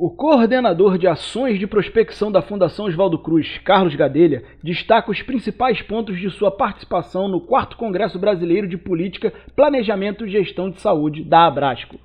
O coordenador de ações de prospecção da Fundação Oswaldo Cruz, Carlos Gadelha, destaca os principais pontos de sua participação no 4º Congresso Brasileiro de Política, Planejamento e Gestão de Saúde, da Abrasco.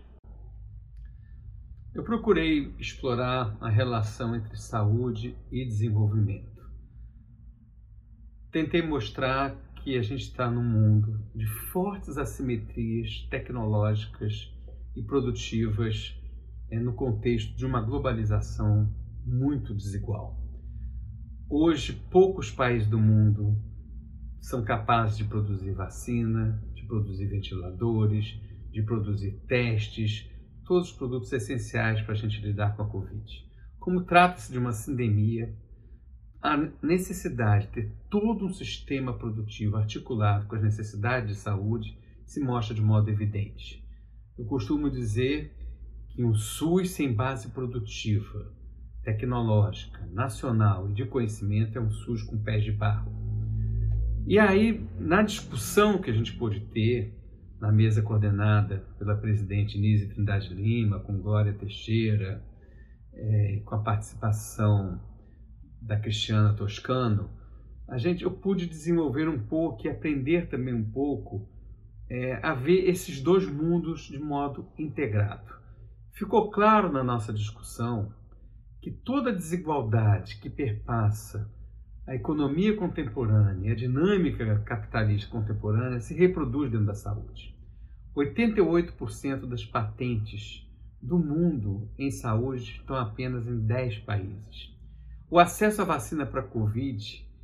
Eu procurei explorar a relação entre saúde e desenvolvimento. Tentei mostrar que a gente está num mundo de fortes assimetrias tecnológicas e produtivas no contexto de uma globalização muito desigual. Hoje, poucos países do mundo são capazes de produzir vacina, de produzir ventiladores, de produzir testes, todos os produtos essenciais para a gente lidar com a Covid. Como trata-se de uma sindemia, a necessidade de ter todo um sistema produtivo articulado com as necessidades de saúde se mostra de modo evidente. Eu costumo dizer que um SUS sem base produtiva, tecnológica, nacional e de conhecimento é um SUS com pés de barro. E aí, na discussão que a gente pôde ter na mesa coordenada pela presidente Nise Trindade Lima, com Glória Teixeira, com a participação da Cristiana Toscano, eu pude desenvolver um pouco e aprender também um pouco a ver esses dois mundos de modo integrado. Ficou claro na nossa discussão que toda desigualdade que perpassa a economia contemporânea, a dinâmica capitalista contemporânea se reproduz dentro da saúde. 88% das patentes do mundo em saúde estão apenas em 10 países. O acesso à vacina para a Covid,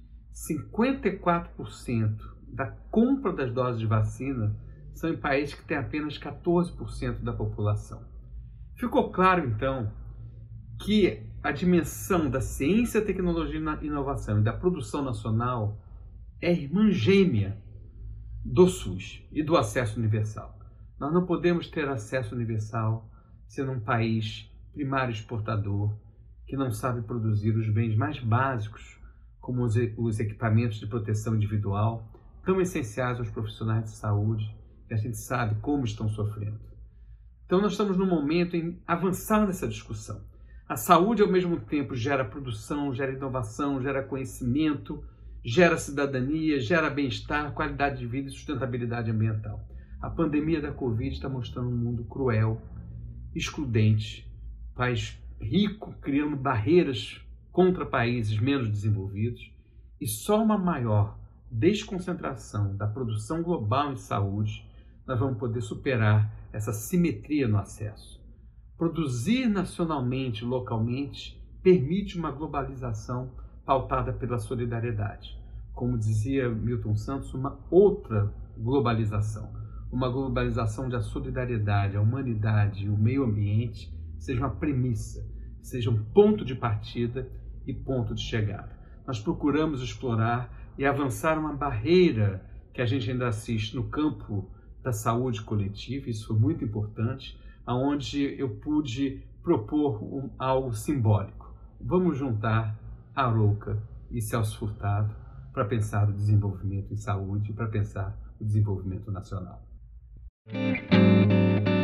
54% da compra das doses de vacina são em países que têm apenas 14% da população. Ficou claro, então, que a dimensão da ciência, tecnologia e inovação e da produção nacional é irmã gêmea do SUS e do acesso universal. Nós não podemos ter acesso universal sendo um país primário exportador que não sabe produzir os bens mais básicos, como os equipamentos de proteção individual, tão essenciais aos profissionais de saúde, que a gente sabe como estão sofrendo. Então nós estamos num momento em avançar nessa discussão. A saúde, ao mesmo tempo, gera produção, gera inovação, gera conhecimento, gera cidadania, gera bem-estar, qualidade de vida e sustentabilidade ambiental. A pandemia da Covid está mostrando um mundo cruel, excludente, país rico criando barreiras contra países menos desenvolvidos, e só uma maior desconcentração da produção global em saúde nós vamos poder superar essa simetria no acesso. Produzir nacionalmente, localmente, permite uma globalização pautada pela solidariedade. Como dizia Milton Santos, uma outra globalização. Uma globalização onde a solidariedade, a humanidade e o meio ambiente seja uma premissa, seja um ponto de partida e ponto de chegada. Nós procuramos explorar e avançar uma barreira que a gente ainda assiste no campo da saúde coletiva, isso foi muito importante, onde eu pude propor algo simbólico. Vamos juntar Arouca e Celso Furtado para pensar o desenvolvimento em saúde e para pensar o desenvolvimento nacional.